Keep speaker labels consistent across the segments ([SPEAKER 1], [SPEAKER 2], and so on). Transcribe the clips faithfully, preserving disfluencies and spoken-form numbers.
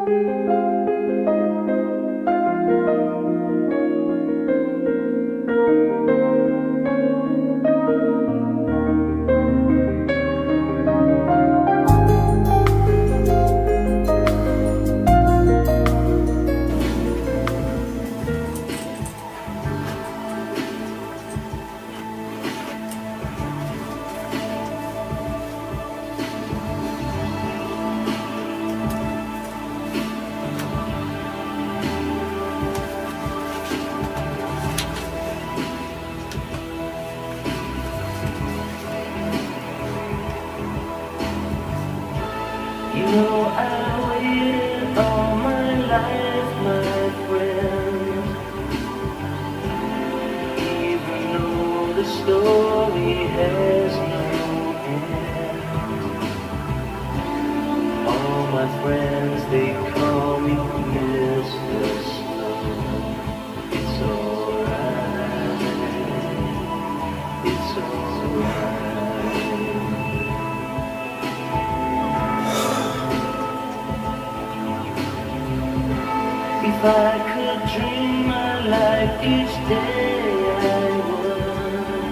[SPEAKER 1] If I could dream my life each day, I would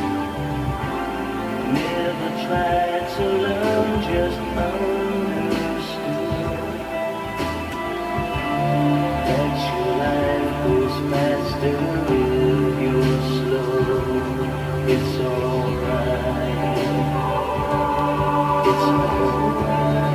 [SPEAKER 1] never try to learn, just understood that your life goes faster if you're slow. It's alright, it's alright.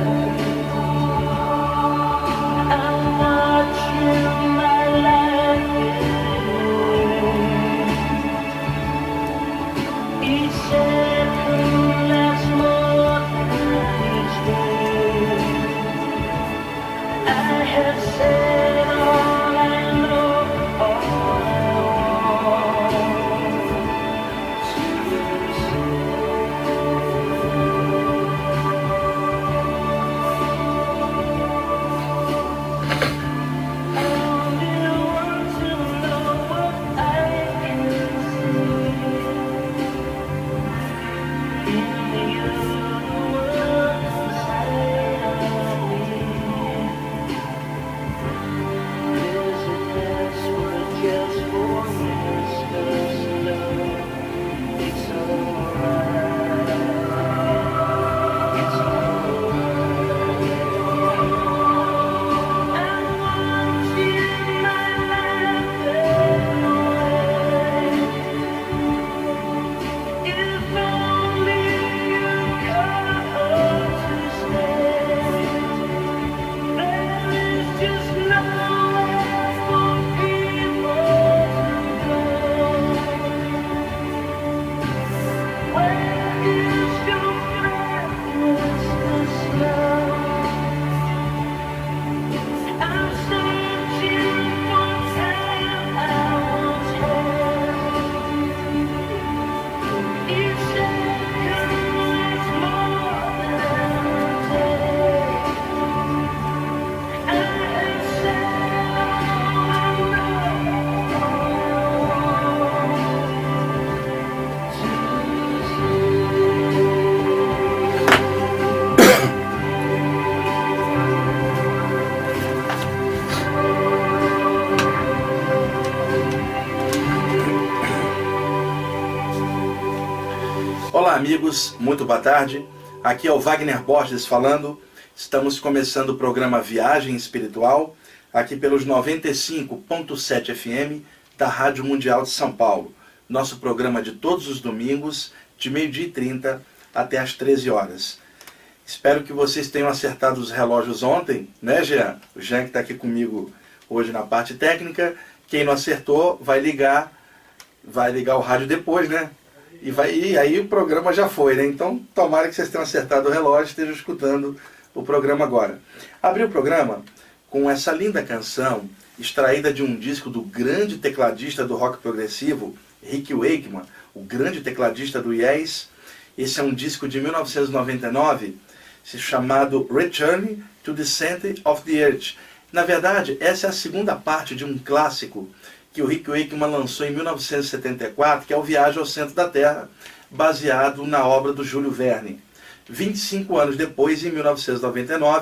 [SPEAKER 2] Olá amigos, muito boa tarde, aqui é o Wagner Borges falando. Estamos começando o programa Viagem Espiritual, aqui pelos noventa e cinco ponto sete F M da Rádio Mundial de São Paulo. Nosso programa de todos os domingos, de meio-dia e trinta até às treze horas. Espero que vocês tenham acertado os relógios ontem, né Jean? O Jean que está aqui comigo hoje na parte técnica. Quem não acertou vai ligar, vai ligar o rádio depois, né? E, vai, e aí o programa já foi, né? Então, tomara que vocês tenham acertado o relógio e estejam escutando o programa agora. Abri o programa com essa linda canção, extraída de um disco do grande tecladista do rock progressivo, Rick Wakeman, o grande tecladista do Yes. Esse é um disco de mil novecentos e noventa e nove, chamado Return to the Center of the Earth. Na verdade, essa é a segunda parte de um clássico que o Rick Wakeman lançou em mil novecentos e setenta e quatro, que é o Viagem ao Centro da Terra, baseado na obra do Júlio Verne. vinte e cinco anos depois, em mil novecentos e noventa e nove,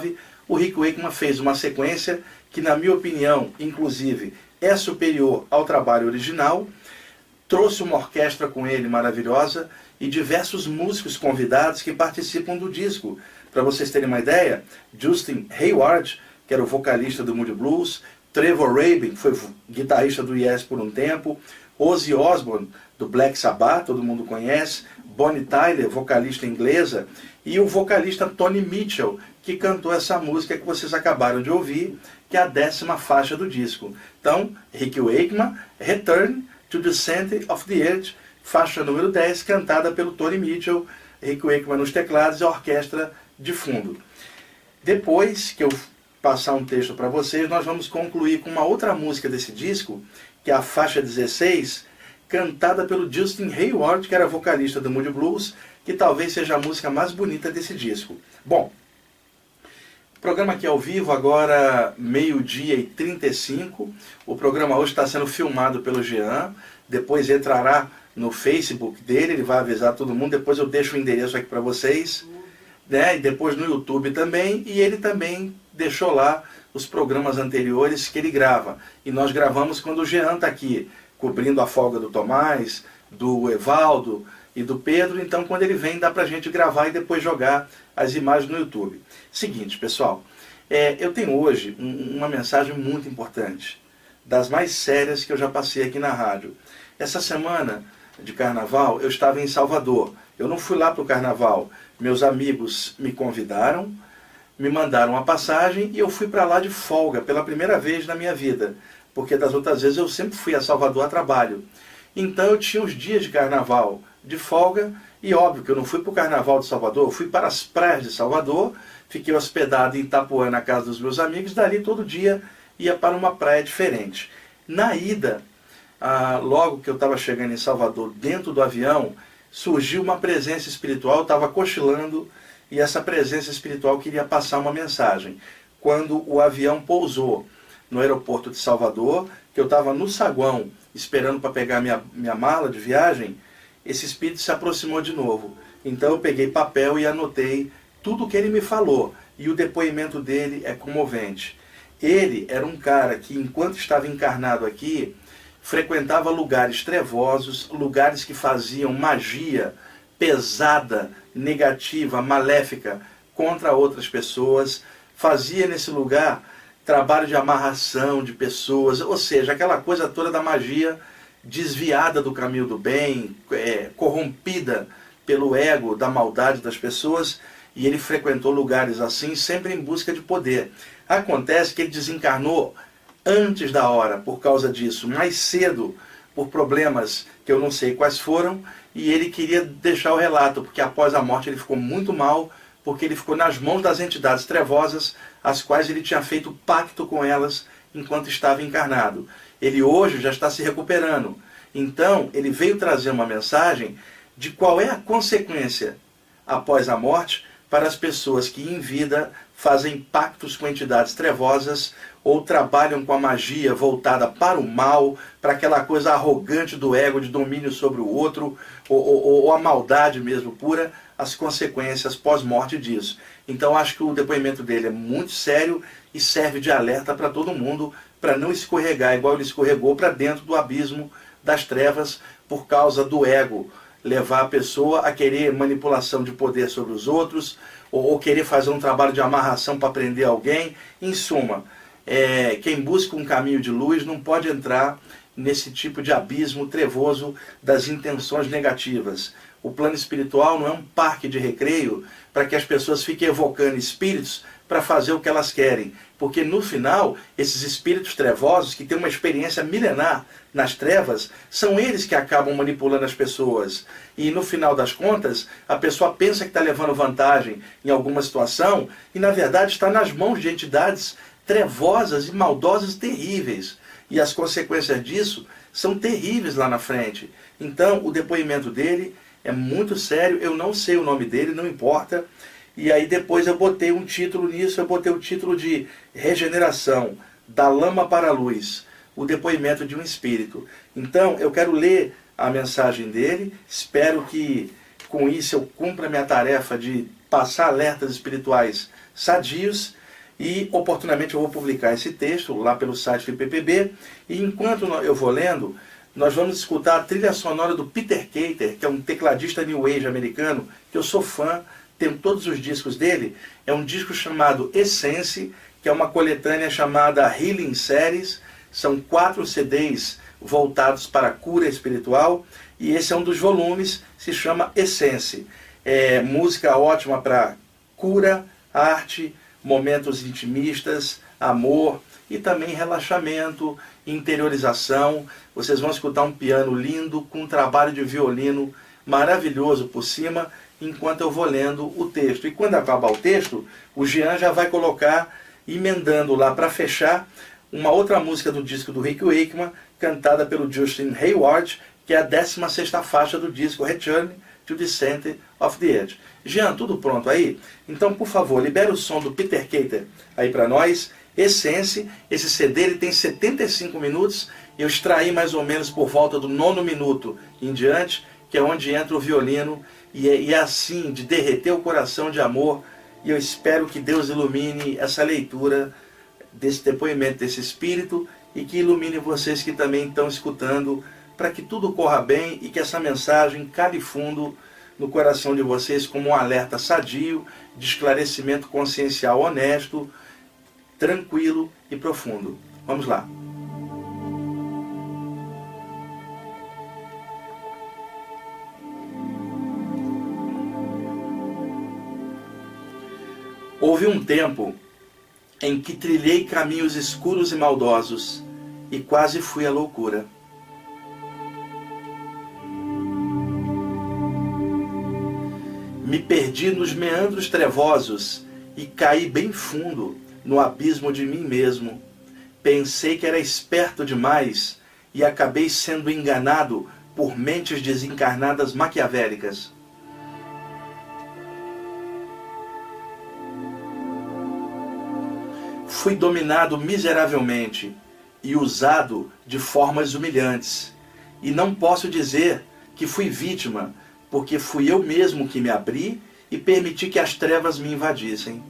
[SPEAKER 2] o Rick Wakeman fez uma sequência que, na minha opinião, inclusive, é superior ao trabalho original, trouxe uma orquestra com ele maravilhosa e diversos músicos convidados que participam do disco. Para vocês terem uma ideia, Justin Hayward, que era o vocalista do Moody Blues, Trevor Rabin, que foi guitarrista do Yes por um tempo, Ozzy Osbourne, do Black Sabbath, todo mundo conhece, Bonnie Tyler, vocalista inglesa, e o vocalista Tony Mitchell, que cantou essa música que vocês acabaram de ouvir, que é a décima faixa do disco. Então, Rick Wakeman, Return to the Center of the Earth, faixa número dez, cantada pelo Tony Mitchell, Rick Wakeman nos teclados e a orquestra de fundo. Depois que eu passar um texto para vocês, nós vamos concluir com uma outra música desse disco, que é a faixa dezesseis, cantada pelo Justin Hayward, que era vocalista do Moody Blues, que talvez seja a música mais bonita desse disco. Bom, o programa aqui ao vivo, agora meio-dia e trinta e cinco. O programa hoje está sendo filmado pelo Jean, depois entrará no Facebook dele, ele vai avisar todo mundo, depois eu deixo o endereço aqui para vocês, né? E depois no YouTube também, e ele também deixou lá os programas anteriores que ele grava. E nós gravamos quando o Jean está aqui, cobrindo a folga do Tomás, do Evaldo e do Pedro. Então, quando ele vem, dá para a gente gravar e depois jogar as imagens no YouTube. Seguinte, pessoal, é, eu tenho hoje um, uma mensagem muito importante, das mais sérias que eu já passei aqui na rádio. Essa semana de Carnaval, eu estava em Salvador. Eu não fui lá para o Carnaval. Meus amigos me convidaram, me mandaram a passagem e eu fui para lá de folga, pela primeira vez na minha vida. Porque das outras vezes eu sempre fui a Salvador a trabalho. Então eu tinha os dias de Carnaval de folga, e óbvio que eu não fui para o Carnaval de Salvador, eu fui para as praias de Salvador, fiquei hospedado em Itapuã, na casa dos meus amigos, dali todo dia ia para uma praia diferente. Na ida, ah, logo que eu estava chegando em Salvador, dentro do avião, surgiu uma presença espiritual, eu estava cochilando, e essa presença espiritual queria passar uma mensagem. Quando o avião pousou no aeroporto de Salvador, que eu estava no saguão, esperando para pegar minha, minha mala de viagem, esse espírito se aproximou de novo. Então eu peguei papel e anotei tudo o que ele me falou, e o depoimento dele é comovente. Ele era um cara que, enquanto estava encarnado aqui, frequentava lugares trevosos, lugares que faziam magia pesada, negativa, maléfica contra outras pessoas, fazia nesse lugar trabalho de amarração de pessoas, ou seja, aquela coisa toda da magia desviada do caminho do bem, é, corrompida pelo ego da maldade das pessoas, e ele frequentou lugares assim, sempre em busca de poder. Acontece que ele desencarnou antes da hora por causa disso, mais cedo, por problemas que eu não sei quais foram, e ele queria deixar o relato, porque após a morte ele ficou muito mal, porque ele ficou nas mãos das entidades trevosas, as quais ele tinha feito pacto com elas enquanto estava encarnado. Ele hoje já está se recuperando. Então, ele veio trazer uma mensagem de qual é a consequência após a morte para as pessoas que em vida fazem pactos com entidades trevosas ou trabalham com a magia voltada para o mal, para aquela coisa arrogante do ego de domínio sobre o outro, ou, ou, ou a maldade mesmo pura, as consequências pós-morte disso. Então acho que o depoimento dele é muito sério e serve de alerta para todo mundo, para não escorregar igual ele escorregou para dentro do abismo das trevas por causa do ego, levar a pessoa a querer manipulação de poder sobre os outros, ou, ou querer fazer um trabalho de amarração para prender alguém. Em suma, é, quem busca um caminho de luz não pode entrar nesse tipo de abismo trevoso das intenções negativas. O plano espiritual não é um parque de recreio para que as pessoas fiquem evocando espíritos para fazer o que elas querem. Porque no final, esses espíritos trevosos, que têm uma experiência milenar nas trevas, são eles que acabam manipulando as pessoas. E no final das contas, a pessoa pensa que está levando vantagem em alguma situação e na verdade está nas mãos de entidades trevosas e maldosas terríveis. E as consequências disso são terríveis lá na frente. Então, o depoimento dele é muito sério, eu não sei o nome dele, não importa. E aí depois eu botei um título nisso, eu botei o título de Regeneração, da Lama para a Luz, o depoimento de um espírito. Então, eu quero ler a mensagem dele, espero que com isso eu cumpra a minha tarefa de passar alertas espirituais sadios, E oportunamente eu vou publicar esse texto lá pelo site do I P P B. E enquanto eu vou lendo, nós vamos escutar a trilha sonora do Peter Cater, que é um tecladista New Age americano, que eu sou fã, tenho todos os discos dele. É um disco chamado Essence, que é uma coletânea chamada Healing Series. São quatro C Ds voltados para a cura espiritual, e esse é um dos volumes, se chama Essence. É música ótima para cura, arte, momentos intimistas, amor e também relaxamento, interiorização. Vocês vão escutar um piano lindo com um trabalho de violino maravilhoso por cima, enquanto eu vou lendo o texto. E quando acabar o texto, o Jean já vai colocar, emendando lá para fechar, uma outra música do disco do Rick Wakeman, cantada pelo Justin Hayward, que é a décima sexta faixa do disco Return to the Center of the Edge. Jean, tudo pronto aí? Então, por favor, libera o som do Peter Cater aí para nós. Essence, esse C D ele tem setenta e cinco minutos, eu extraí mais ou menos por volta do nono minuto em diante, que é onde entra o violino, e é, e é assim, de derreter o coração de amor, e eu espero que Deus ilumine essa leitura desse depoimento desse espírito, e que ilumine vocês que também estão escutando, para que tudo corra bem e que essa mensagem cale fundo no coração de vocês como um alerta sadio, de esclarecimento consciencial honesto, tranquilo e profundo. Vamos lá. Houve um tempo em que trilhei caminhos escuros e maldosos e quase fui à loucura. Me perdi nos meandros trevosos e caí bem fundo no abismo de mim mesmo. Pensei que era esperto demais e acabei sendo enganado por mentes desencarnadas maquiavélicas. Fui dominado miseravelmente e usado de formas humilhantes. E não posso dizer que fui vítima, porque fui eu mesmo que me abri e permiti que as trevas me invadissem.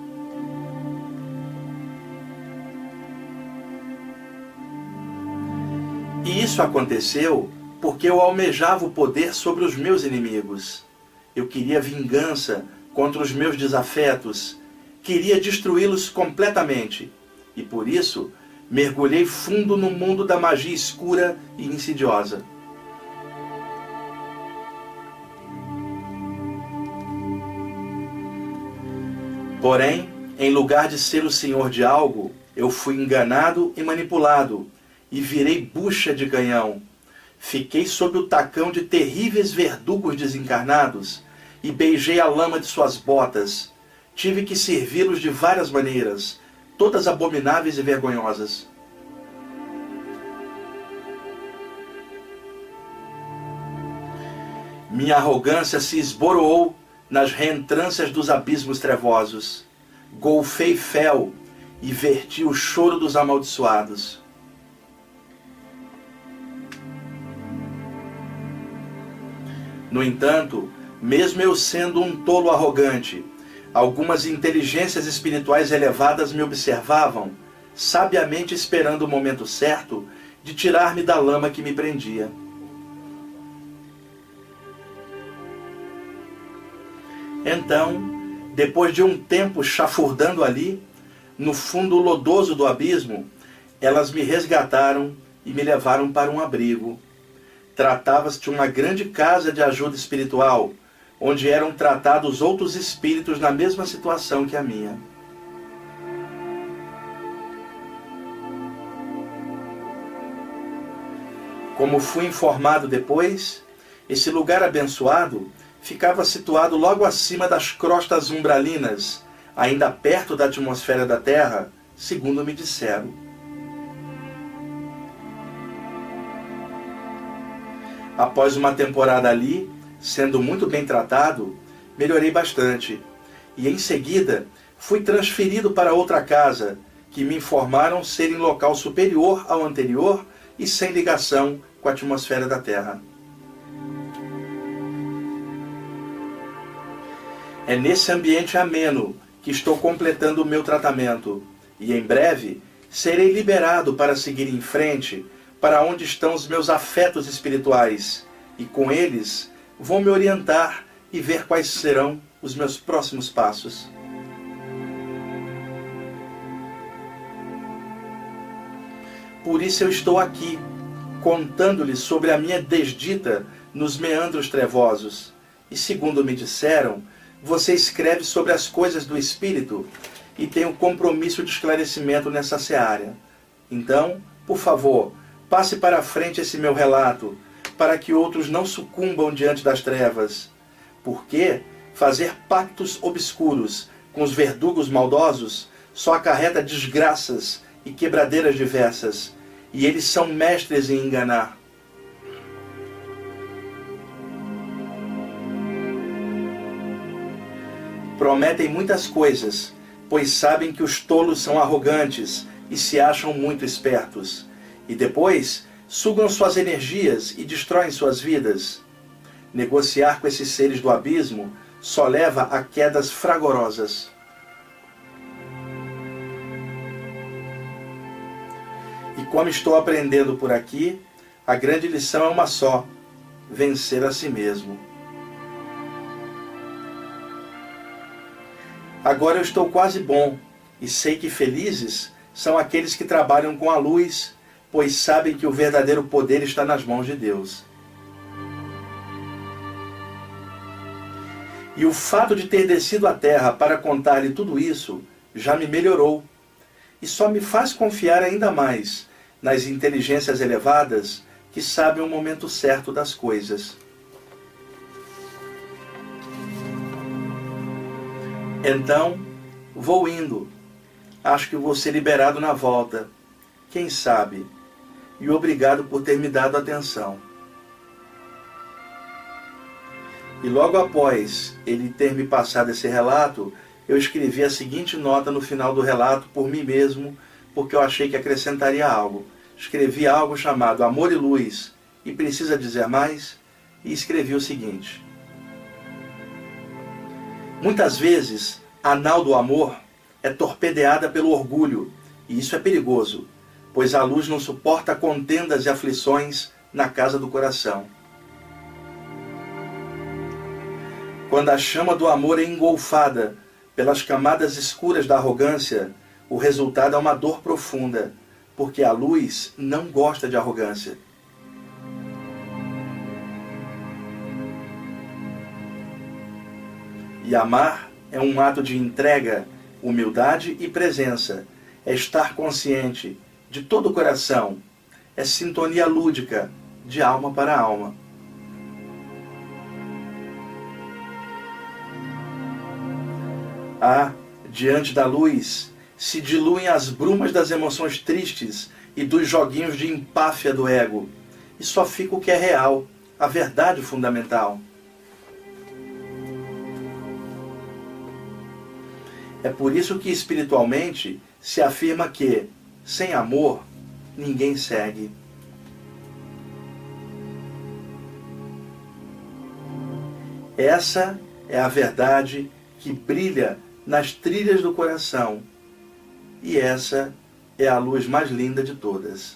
[SPEAKER 2] E isso aconteceu porque eu almejava o poder sobre os meus inimigos. Eu queria vingança contra os meus desafetos, queria destruí-los completamente, e por isso mergulhei fundo no mundo da magia escura e insidiosa. Porém, em lugar de ser o senhor de algo, eu fui enganado e manipulado, e virei bucha de canhão. Fiquei sob o tacão de terríveis verdugos desencarnados, e beijei a lama de suas botas. Tive que servi-los de várias maneiras, todas abomináveis e vergonhosas. Minha arrogância se esboroou nas reentrâncias dos abismos trevosos. Golfei fel e verti o choro dos amaldiçoados. No entanto, mesmo eu sendo um tolo arrogante, algumas inteligências espirituais elevadas me observavam, sabiamente esperando o momento certo de tirar-me da lama que me prendia. Então, depois de um tempo chafurdando ali, no fundo lodoso do abismo, elas me resgataram e me levaram para um abrigo. Tratava-se de uma grande casa de ajuda espiritual, onde eram tratados outros espíritos na mesma situação que a minha. Como fui informado depois, esse lugar abençoado ficava situado logo acima das crostas umbralinas, ainda perto da atmosfera da Terra, segundo me disseram. Após uma temporada ali, sendo muito bem tratado, melhorei bastante. E em seguida, fui transferido para outra casa, que me informaram ser em local superior ao anterior e sem ligação com a atmosfera da Terra. É nesse ambiente ameno que estou completando o meu tratamento e em breve serei liberado para seguir em frente para onde estão os meus afetos espirituais e com eles vou me orientar e ver quais serão os meus próximos passos. Por isso eu estou aqui, contando-lhes sobre a minha desdita nos meandros trevosos. E segundo me disseram, você escreve sobre as coisas do Espírito e tem um compromisso de esclarecimento nessa seara. Então, por favor, passe para a frente esse meu relato, para que outros não sucumbam diante das trevas. Porque fazer pactos obscuros com os verdugos maldosos só acarreta desgraças e quebradeiras diversas, e eles são mestres em enganar. Prometem muitas coisas, pois sabem que os tolos são arrogantes e se acham muito espertos, e depois sugam suas energias e destroem suas vidas. Negociar com esses seres do abismo só leva a quedas fragorosas. E como estou aprendendo por aqui, a grande lição é uma só: vencer a si mesmo. Agora eu estou quase bom, e sei que felizes são aqueles que trabalham com a luz, pois sabem que o verdadeiro poder está nas mãos de Deus. E o fato de ter descido à terra para contar-lhe tudo isso já me melhorou, e só me faz confiar ainda mais nas inteligências elevadas que sabem o momento certo das coisas. Então, vou indo. Acho que vou ser liberado na volta. Quem sabe? E obrigado por ter me dado atenção. E logo após ele ter me passado esse relato, eu escrevi a seguinte nota no final do relato por mim mesmo, porque eu achei que acrescentaria algo. Escrevi algo chamado Amor e Luz, e precisa dizer mais? E escrevi o seguinte: muitas vezes a nau do amor é torpedeada pelo orgulho, e isso é perigoso, pois a luz não suporta contendas e aflições na casa do coração. Quando a chama do amor é engolfada pelas camadas escuras da arrogância, o resultado é uma dor profunda, porque a luz não gosta de arrogância. E amar é um ato de entrega, humildade e presença. É estar consciente de todo o coração. É sintonia lúdica, de alma para alma. Ah, diante da luz, se diluem as brumas das emoções tristes e dos joguinhos de empáfia do ego. E só fica o que é real, a verdade fundamental. É por isso que espiritualmente se afirma que, sem amor, ninguém segue. Essa é a verdade que brilha nas trilhas do coração. E essa é a luz mais linda de todas.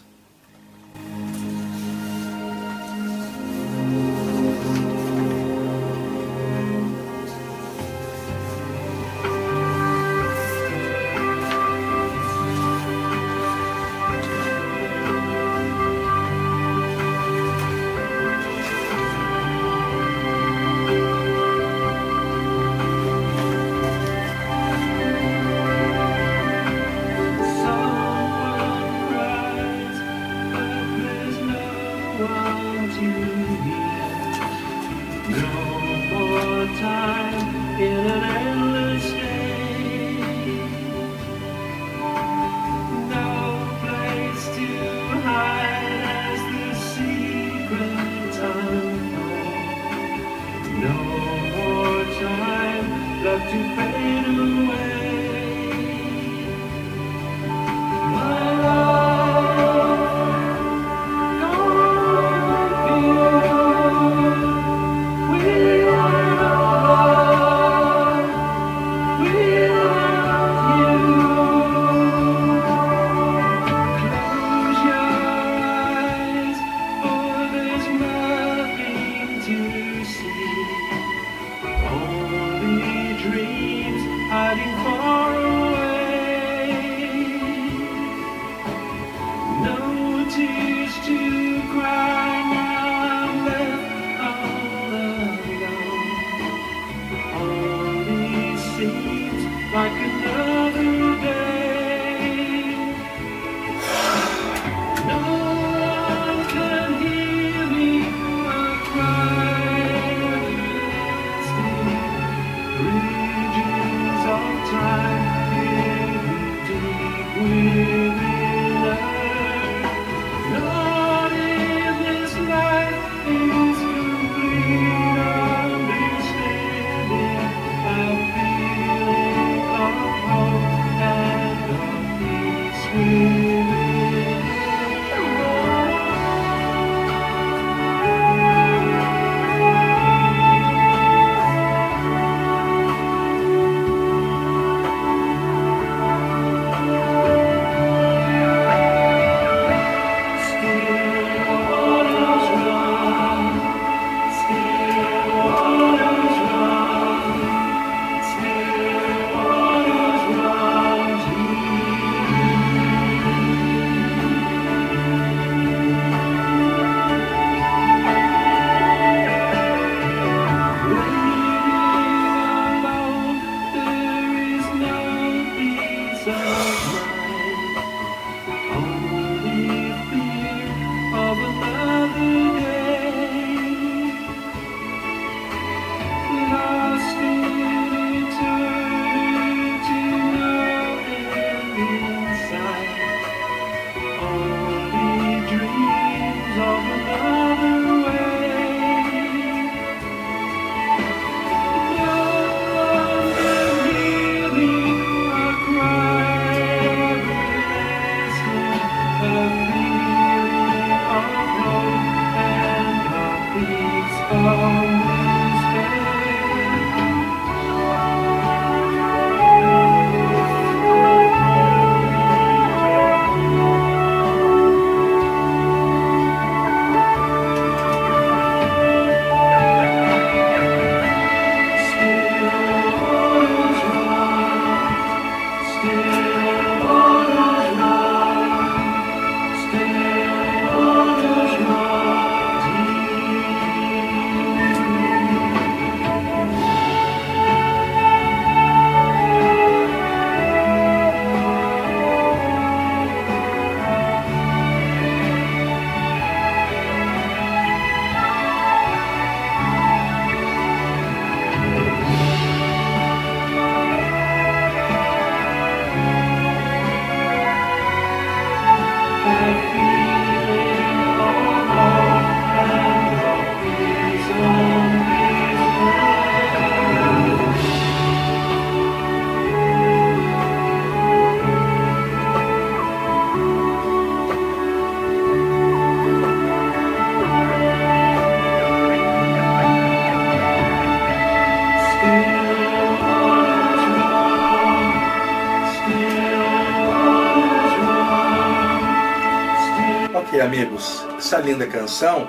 [SPEAKER 2] Ok, amigos, essa linda canção,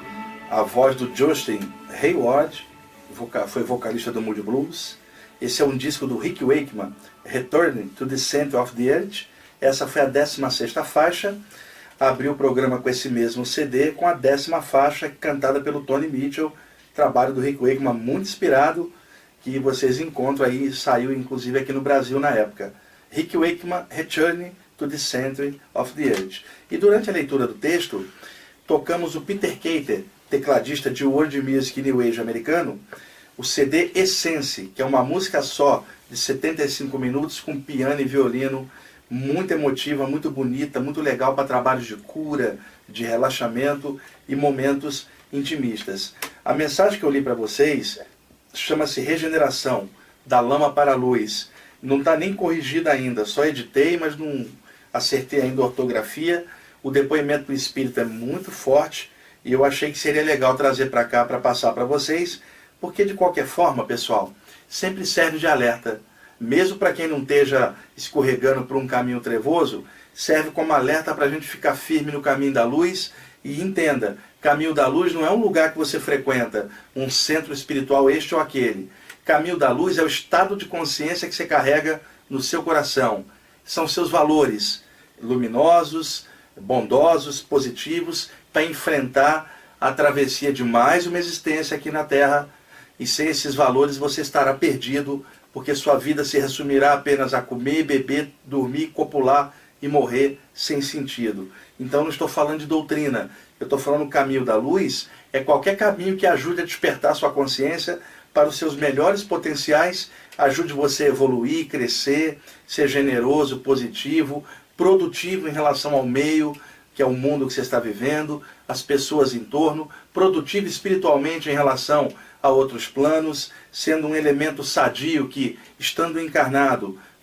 [SPEAKER 2] a voz do Justin Hayward, voca- foi vocalista do Moody Blues. Esse é um disco do Rick Wakeman, Returning to the Center of the Earth. Essa foi a décima sexta faixa. Abriu o programa com esse mesmo C D, com a décima faixa, cantada pelo Tony Mitchell, trabalho do Rick Wakeman muito inspirado, que vocês encontram aí, saiu inclusive aqui no Brasil na época. Rick Wakeman, Returning to the Center of the Earth. E durante a leitura do texto, tocamos o Peter Cater, tecladista de World Music New Age americano, o C D Essence, que é uma música só de setenta e cinco minutos com piano e violino, muito emotiva, muito bonita, muito legal para trabalhos de cura, de relaxamento e momentos intimistas. A mensagem que eu li para vocês chama-se Regeneração, da Lama para a Luz. Não está nem corrigida ainda, só editei, mas não acertei ainda a ortografia. O depoimento do Espírito é muito forte e eu achei que seria legal trazer para cá para passar para vocês, porque de qualquer forma, pessoal, sempre serve de alerta. Mesmo para quem não esteja escorregando por um caminho trevoso, serve como alerta para a gente ficar firme no caminho da luz. E entenda, caminho da luz não é um lugar que você frequenta, um centro espiritual este ou aquele. Caminho da luz é o estado de consciência que você carrega no seu coração. São seus valores luminosos, bondosos, positivos, para enfrentar a travessia de mais uma existência aqui na Terra. E sem esses valores você estará perdido, porque sua vida se resumirá apenas a comer, beber, dormir, copular e morrer sem sentido. Então não estou falando de doutrina, eu estou falando do caminho da luz, é qualquer caminho que ajude a despertar sua consciência para os seus melhores potenciais, ajude você a evoluir, crescer, ser generoso, positivo, produtivo em relação ao meio, que é o mundo que você está vivendo, as pessoas em torno, produtivo espiritualmente em relação a outros planos, sendo um elemento sadio que, estando encarnado,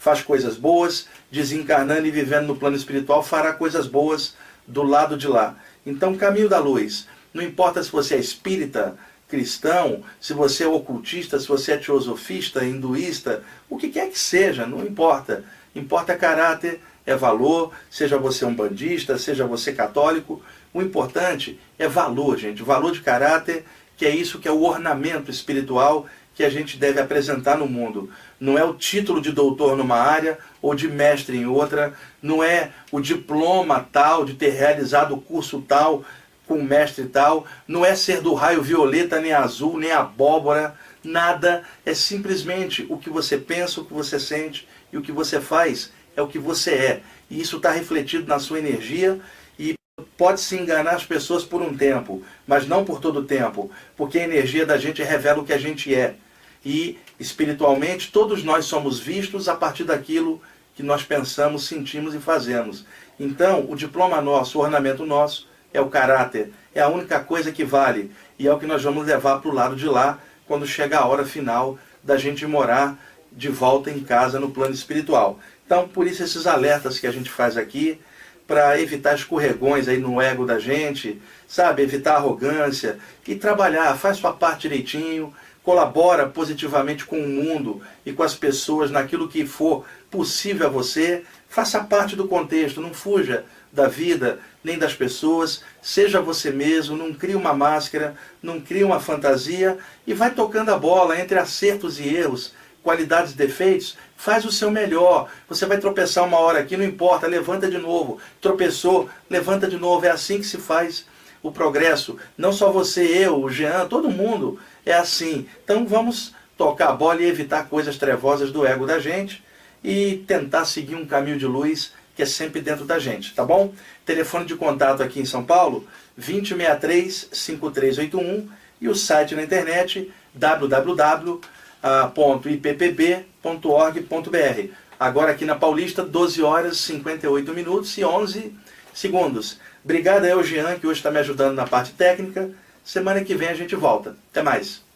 [SPEAKER 2] faz coisas boas, desencarnando e vivendo no plano espiritual, fará coisas boas do lado de lá. Então, caminho da luz. Não importa se você é espírita, cristão, se você é ocultista, se você é teosofista, hinduísta, o que quer que seja, não importa. Importa caráter, é valor, seja você um bandista, seja você católico. O importante é valor, gente, valor de caráter, que é isso que é o ornamento espiritual que a gente deve apresentar no mundo. Não é o título de doutor numa área ou de mestre em outra, não é o diploma tal de ter realizado o curso tal com mestre tal, não é ser do raio violeta, nem azul, nem abóbora, nada, é simplesmente o que você pensa, o que você sente e o que você faz é o que você é. E isso está refletido na sua energia e pode-se enganar as pessoas por um tempo, mas não por todo o tempo, porque a energia da gente revela o que a gente é. E, espiritualmente, todos nós somos vistos a partir daquilo que nós pensamos, sentimos e fazemos. Então, o diploma nosso, o ornamento nosso, é o caráter, é a única coisa que vale, e é o que nós vamos levar para o lado de lá, quando chega a hora final da gente morar de volta em casa no plano espiritual. Então, por isso esses alertas que a gente faz aqui, para evitar escorregões aí no ego da gente, sabe, evitar arrogância, e trabalhar, faz sua parte direitinho, colabora positivamente com o mundo e com as pessoas naquilo que for possível a você, faça parte do contexto, não fuja da vida nem das pessoas, seja você mesmo, não crie uma máscara, não crie uma fantasia e vai tocando a bola entre acertos e erros, qualidades e defeitos, faz o seu melhor. Você vai tropeçar uma hora aqui, não importa, levanta de novo. Tropeçou, levanta de novo. É assim que se faz o progresso. Não só você, eu, o Jean, todo mundo é assim. Então vamos tocar a bola e evitar coisas trevosas do ego da gente e tentar seguir um caminho de luz que é sempre dentro da gente, tá bom? Telefone de contato aqui em São Paulo, vinte, sessenta e três, cinquenta e três oitenta e um e o site na internet w w w ponto i p p b ponto org ponto b r. Agora aqui na Paulista, doze horas, cinquenta e oito minutos e onze segundos. Obrigado aí ao Jean, que hoje está me ajudando na parte técnica. Semana que vem a gente volta. Até mais.